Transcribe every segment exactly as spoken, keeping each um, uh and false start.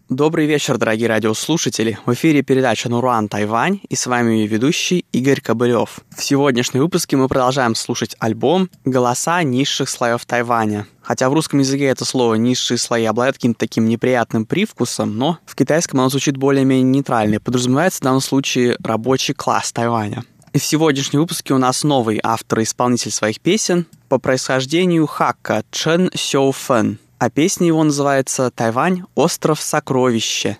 Добрый вечер, дорогие радиослушатели. В эфире передача «Нуруан Тайвань» и с вами ее ведущий Игорь Кобылев. В сегодняшнем выпуске мы продолжаем слушать альбом «Голоса низших слоев Тайваня». Хотя в русском языке это слово «низшие слои» обладает каким-то таким неприятным привкусом, но в китайском оно звучит более-менее нейтрально. Подразумевается в данном случае рабочий класс Тайваня. И в сегодняшнем выпуске у нас новый автор и исполнитель своих песен по происхождению Хакка Чен Сяо Фэн. А песня его называется «Тайвань. Остров сокровища».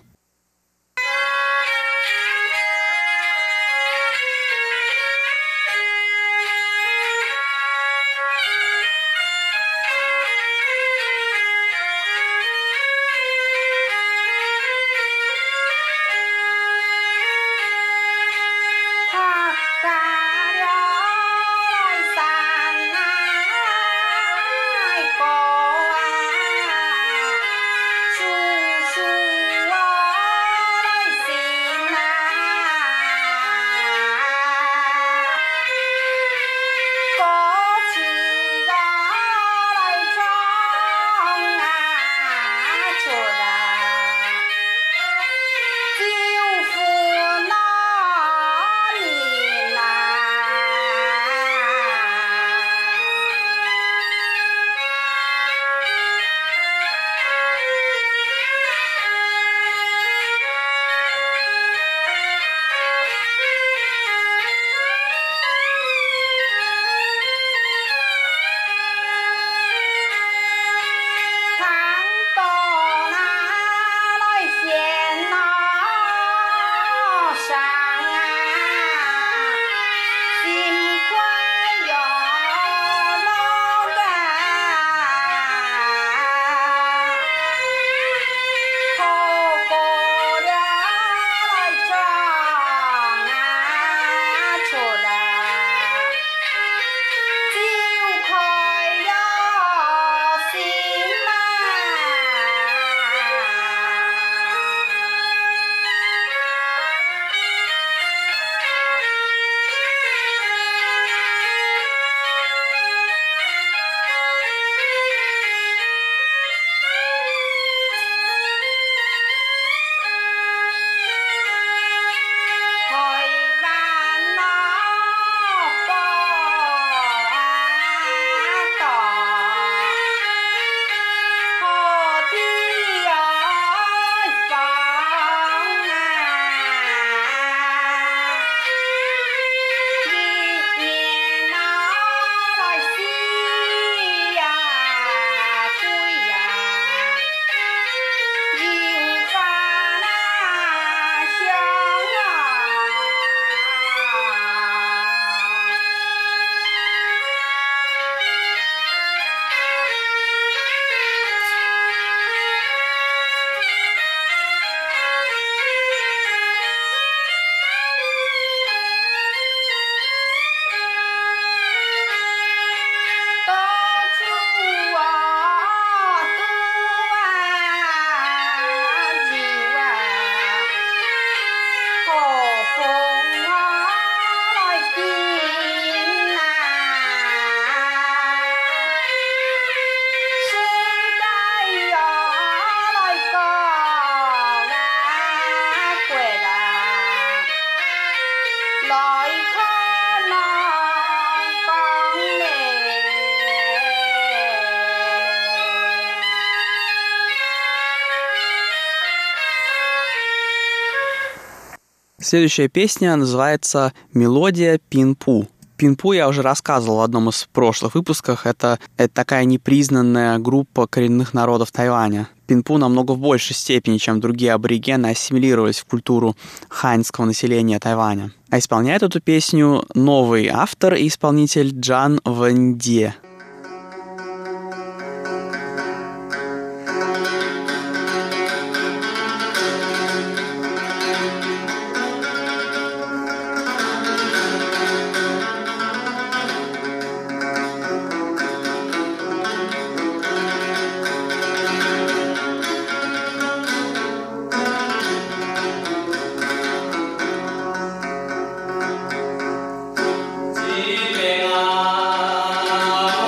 Следующая песня называется «Мелодия Пинпу». Пинпу я уже рассказывал в одном из прошлых выпусков. Это, это такая непризнанная группа коренных народов Тайваня. Пинпу намного в большей степени, чем другие аборигены, ассимилировались в культуру ханьского населения Тайваня. А исполняет эту песню новый автор и исполнитель Джан Вэньде. Amen.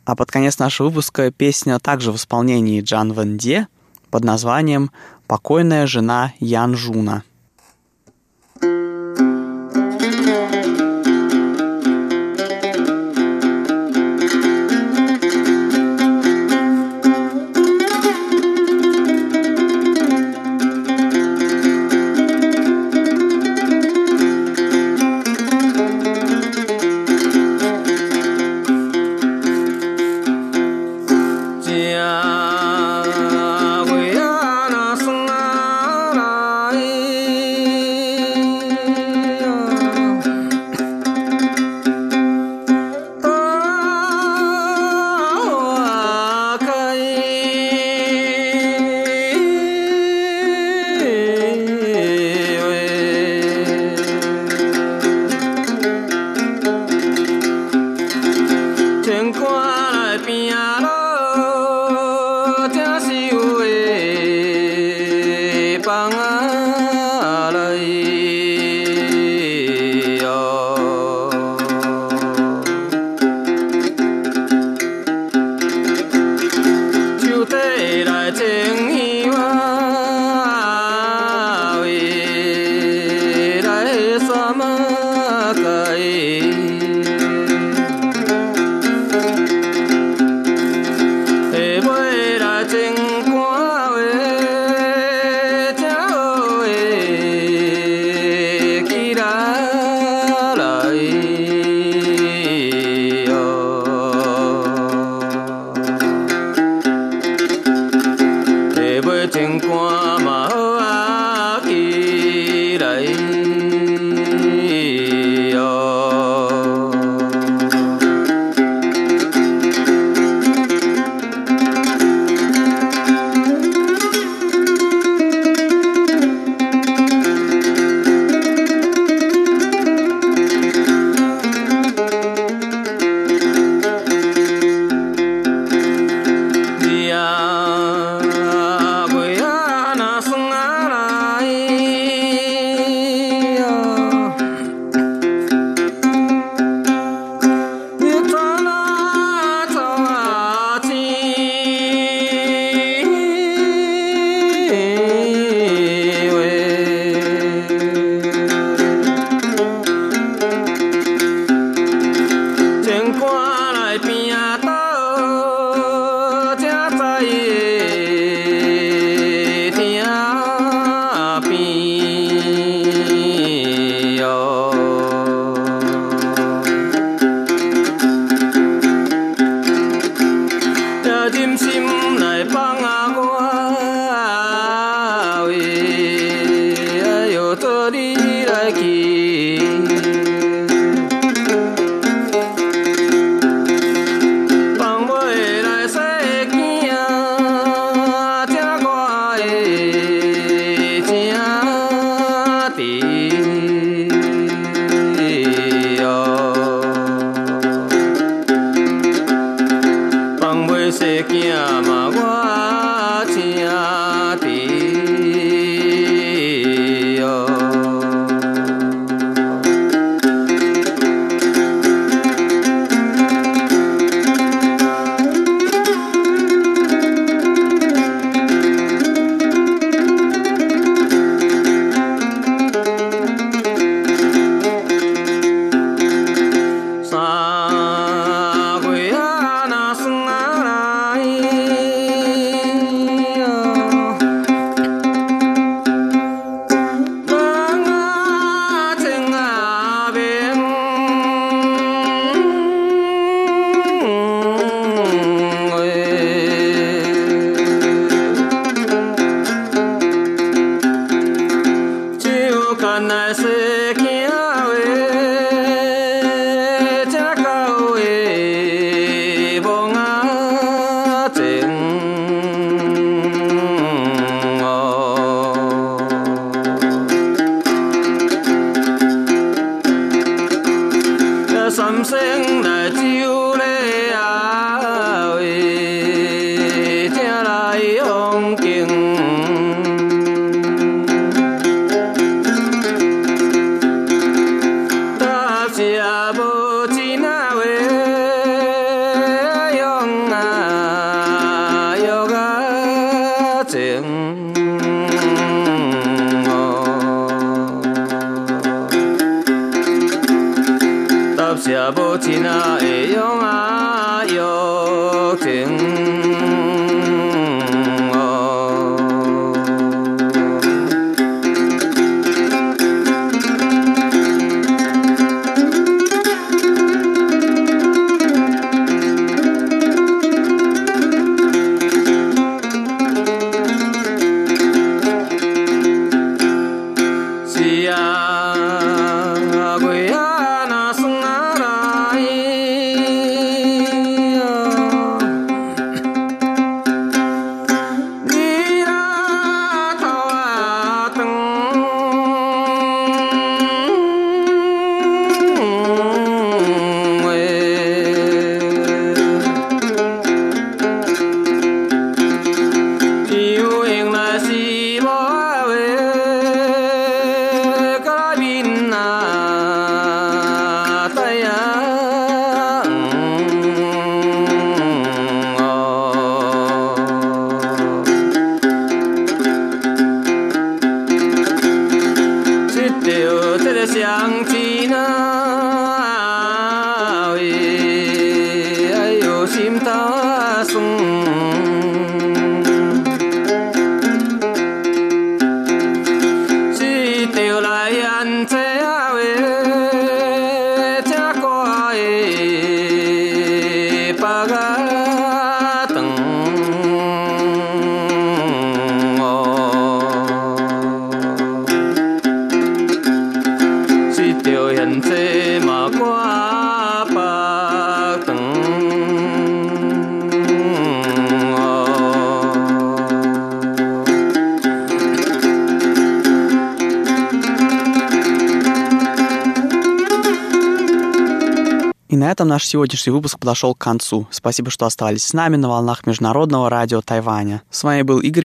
А под конец нашего выпуска песня также в исполнении Джан Вен Де под названием «Покойная жена Ян Жуна». sia bo chi na e yo a yo ting И на этом наш сегодняшний выпуск подошел к концу. Спасибо, что оставались с нами на волнах Международного радио Тайваня. С вами был Игорь